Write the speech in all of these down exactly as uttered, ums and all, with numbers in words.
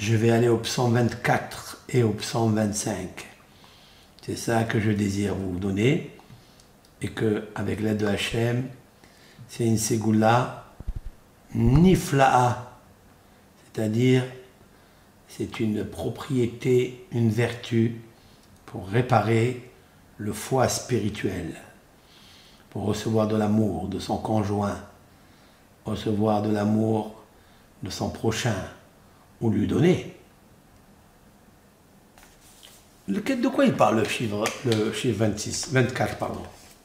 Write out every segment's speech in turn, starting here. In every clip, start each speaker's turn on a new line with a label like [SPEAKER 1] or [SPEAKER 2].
[SPEAKER 1] je vais aller au psaume vingt-quatre et au psaume vingt-cinq. C'est ça que je désire vous donner et que, avec l'aide de Hachem, c'est une ségoula nifla'a, c'est-à-dire c'est une propriété, une vertu pour réparer le foie spirituel, pour recevoir de l'amour de son conjoint, recevoir de l'amour de son prochain, ou lui donner. De quoi il parle le chiffre, le chiffre vingt-six, vingt-quatre, pardon.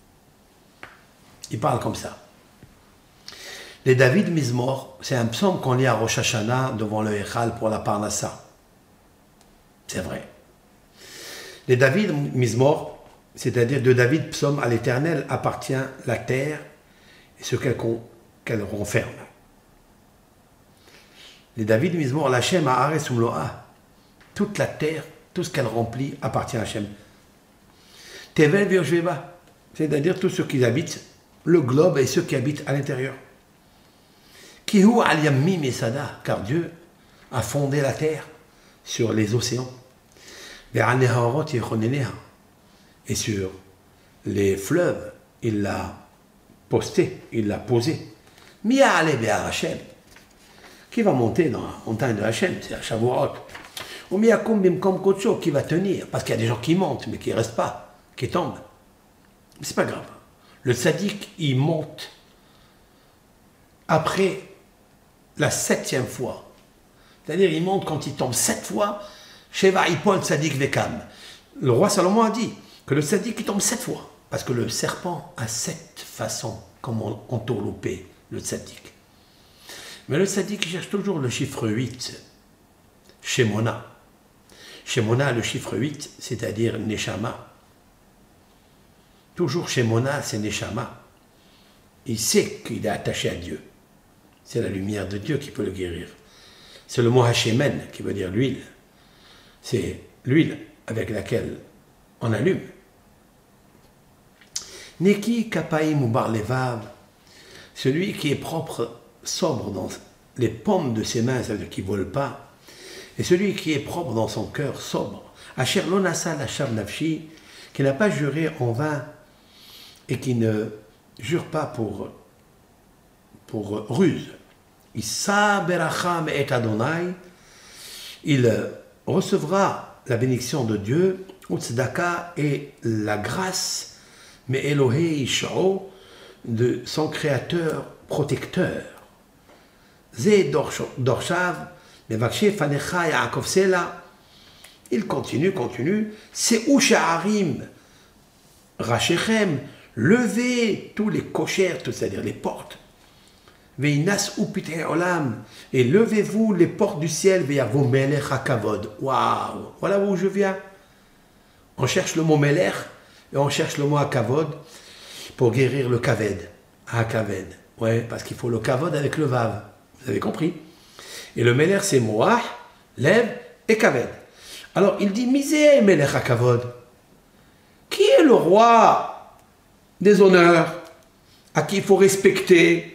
[SPEAKER 1] Il parle comme ça. Les David Mizmor, c'est un psaume qu'on lit à Rosh Hashanah devant le Echal pour la Parnassa. C'est vrai. Les David Mizmor, c'est-à-dire de David, psaume à l'Éternel, appartient la terre et ce qu'elle qu'elle renferme. Les David Mizmor, l'Hachem Haaretz Umloa, toute la terre, tout ce qu'elle remplit appartient à Hachem. Tevel Virjeva, c'est-à-dire tous ceux qui habitent le globe et ceux qui habitent à l'intérieur. Kihu al Yammim Esada, car Dieu a fondé la terre sur les océans. Et sur les fleuves, il l'a posté, il l'a posé. Mia ale be'ar Hashem, qui va monter dans la montagne de Hachem, c'est à Shavuot. Ou miakum bimkom kocho, qui va tenir, parce qu'il y a des gens qui montent, mais qui ne restent pas, qui tombent. Mais c'est pas grave. Le tzaddik, il monte après la septième fois. C'est-à-dire, il monte quand il tombe sept fois, Sheva Ipol Tzadik Vekam. Le roi Salomon a dit que le tzaddik, il tombe sept fois. Parce que le serpent a sept façons comment entourlouper le tzaddik. Mais le tzaddik, il cherche toujours le chiffre huit. Shemona. Shemona, le chiffre huit, c'est-à-dire Neshama. Toujours Shemona, c'est Neshama. Il sait qu'il est attaché à Dieu. C'est la lumière de Dieu qui peut le guérir. C'est le mot Hashemen qui veut dire l'huile. C'est l'huile avec laquelle on allume. Neki Kapaim ou Barlevav, celui qui est propre, sobre dans les paumes de ses mains, ça veut dire qu'il ne vole pas, et celui qui est propre dans son cœur, sobre. Asher Lonasa Lacham Nafshi, qui n'a pas juré en vain et qui ne jure pas pour, pour ruse. Issa beracham et Adonai, il recevra la bénédiction de Dieu, Utzdaka et la grâce, mais Elohei Ishao, de son créateur protecteur. Ze Dorshav, Mevakshe Fanecha Yaakov Sela, il continue, continue, C'est Usha'arim, Rachechem, levez tous les cochères, c'est-à-dire les portes. Veinas upite olam, et levez-vous les portes du ciel, ve'yavo melech hakavod. Waouh, voilà où je viens. On cherche le mot melech et on cherche le mot hakavod pour guérir le kaved. Hakaved, ouais, parce qu'il faut le kavod avec le vav. Vous avez compris. Et le melech c'est moah, lev et kaved. Alors il dit misé melech hakavod. Qui est le roi des honneurs à qui il faut respecter?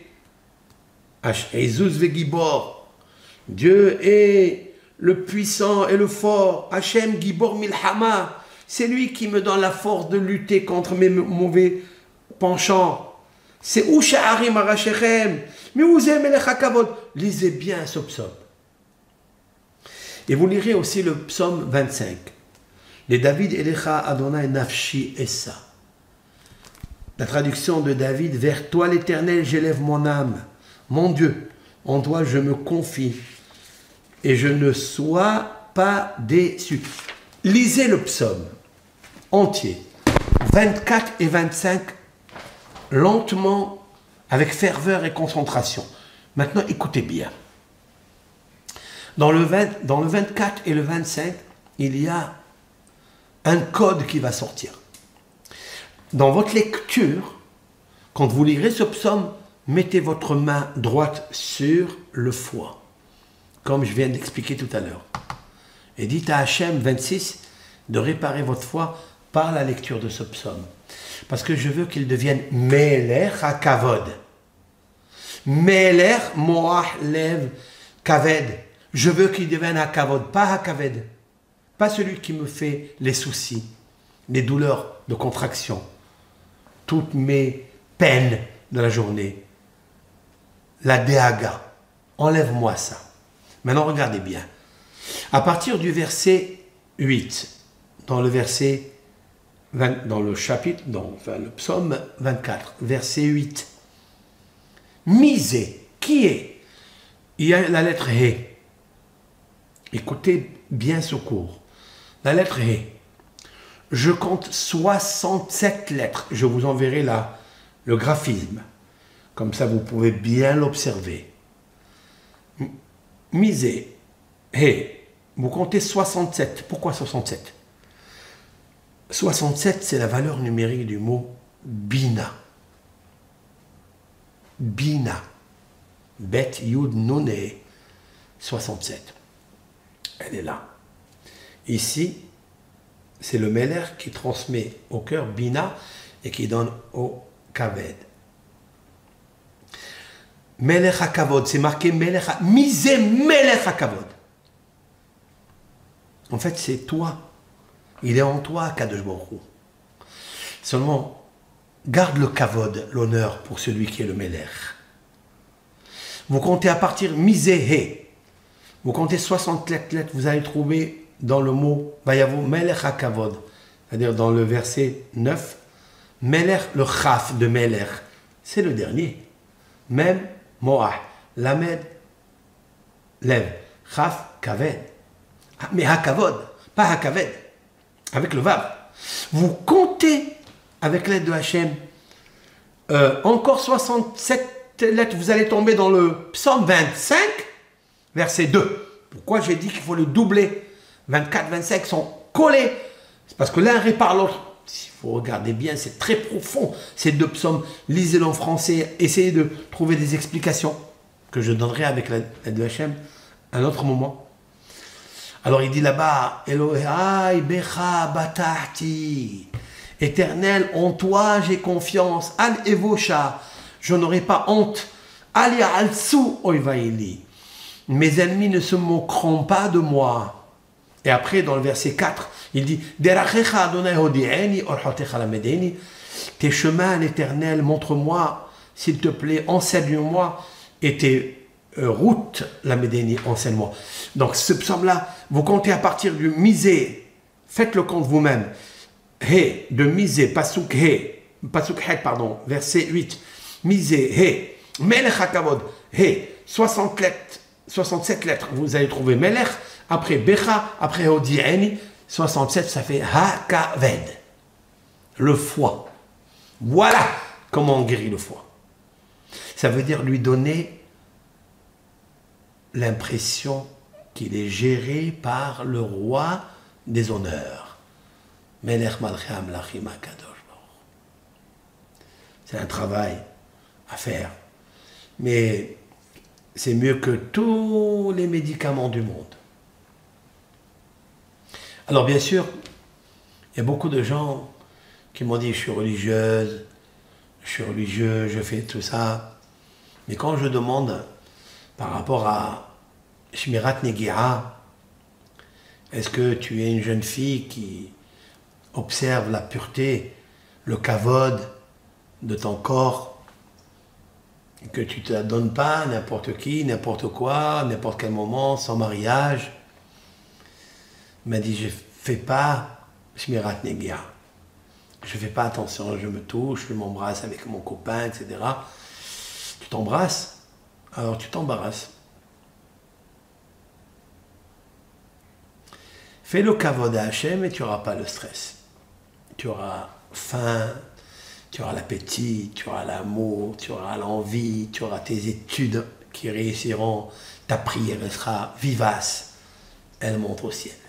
[SPEAKER 1] Dieu est le puissant et le fort. Hachem Gibor Milhama, c'est lui qui me donne la force de lutter contre mes mauvais penchants. C'est Usha'arim Arashechem. Mais vous aimez les Chakavod. Lisez bien ce psaume. Et vous lirez aussi le psaume vingt-cinq. Les David Elecha Adonai Nafshi Essa. La traduction de David, vers toi l'Éternel, j'élève mon âme. Mon Dieu, en toi je me confie et je ne sois pas déçu. Lisez le psaume entier, vingt-quatre et vingt-cinq, lentement, avec ferveur et concentration. Maintenant, écoutez bien. Dans le, vingt, dans le vingt-quatre et le vingt-cinq, il y a un code qui va sortir. Dans votre lecture, quand vous lirez ce psaume, mettez votre main droite sur le foie, comme je viens d'expliquer tout à l'heure. Et dites à Hachem vingt-six de réparer votre foie par la lecture de ce psaume. Parce que je veux qu'il devienne Melech HaKavod. Melech Moach Lev Kaved. Je veux qu'il devienne hakavod, pas hakaved. Pas celui qui me fait les soucis, les douleurs de contraction, toutes mes peines de la journée. La déhaga. Enlève-moi ça. Maintenant, regardez bien. À partir du verset huit, dans le verset vingt, dans le chapitre, dans enfin, le psaume vingt-quatre, verset huit. Misé, qui est? Il y a la lettre He. Écoutez bien ce cours. La lettre He. Je compte soixante-sept lettres. Je vous enverrai là le graphisme. Comme ça, vous pouvez bien l'observer. Misé, He. Vous comptez soixante-sept. Pourquoi soixante-sept? soixante-sept, c'est la valeur numérique du mot Bina. Bina. Bet, Yud, Nun, soixante-sept. Elle est là. Ici, c'est le Meler qui transmet au cœur Bina et qui donne au Kaved. Melech HaKavod, c'est marqué Melech HaKavod. Misé Melech HaKavod. En fait, c'est toi. Il est en toi, Kadosh Baruch Hu. Seulement, garde le Kavod, l'honneur pour celui qui est le Melech. Vous comptez à partir Misé He. Vous comptez soixante-sept lettres, vous allez trouver dans le mot Vayavo Melech HaKavod, c'est-à-dire dans le verset neuf, Melech, le Chaf de Melech, c'est le dernier. Même Moah, Lamed, Lev, Chaf, Kaved. Mais HaKavod, pas HaKaved, avec le Vav. Vous comptez avec l'aide de Hachem euh, encore soixante-sept lettres, vous allez tomber dans le psaume vingt-cinq, verset deux. Pourquoi j'ai dit qu'il faut le doubler? vingt-quatre, vingt-cinq sont collés. C'est parce que l'un répare l'autre. Il faut regarder bien, c'est très profond, ces deux psaumes. Lisez-le en français, essayez de trouver des explications que je donnerai avec l'aide de Hachem à un autre moment. Alors il dit là-bas, Elohai becha batahti, Éternel, en toi j'ai confiance, al evosha, je n'aurai pas honte, al ya'alsu oivaili, mes ennemis ne se moqueront pas de moi. Et après, dans le verset quatre, il dit, Derachecha Adonai hodi'eni, orchotecha lamedeni, tes chemins, l'Éternel, montre-moi, s'il te plaît, enseigne-moi, et tes euh, routes, lamedeni, enseigne-moi. Donc ce psaume-là, vous comptez à partir du misé, faites le compte vous-même, He, de misé, pasuk He, pasuk Het, pardon, verset huit, misé, He, Melech HaKavod, He, soixante lettres, soixante-sept lettres, vous allez trouver Melech, après Becha, après Hodi'eni, soixante-sept, ça fait HaKaved, le foie. Voilà comment on guérit le foie. Ça veut dire lui donner l'impression qu'il est géré par le roi des honneurs. Melech Malchei Amlachim HaKadosh Baruch. C'est un travail à faire. Mais c'est mieux que tous les médicaments du monde. Alors bien sûr, il y a beaucoup de gens qui m'ont dit « je suis religieuse, je suis religieux, je fais tout ça ». Mais quand je demande par rapport à Shmirat Negi'a, est-ce que tu es une jeune fille qui observe la pureté, le kavod de ton corps, que tu ne te la donnes pas à n'importe qui, n'importe quoi, n'importe quel moment, sans mariage? Il m'a dit, je ne fais pas Shmirat Negi'a. Je ne fais pas attention, je me touche, je m'embrasse avec mon copain, et cetera. Tu t'embrasses, alors tu t'embarrasses. Fais le kavod à Hachem et tu n'auras pas le stress. Tu auras faim, tu auras l'appétit, tu auras l'amour, tu auras l'envie, tu auras tes études qui réussiront, ta prière sera vivace, elle monte au ciel.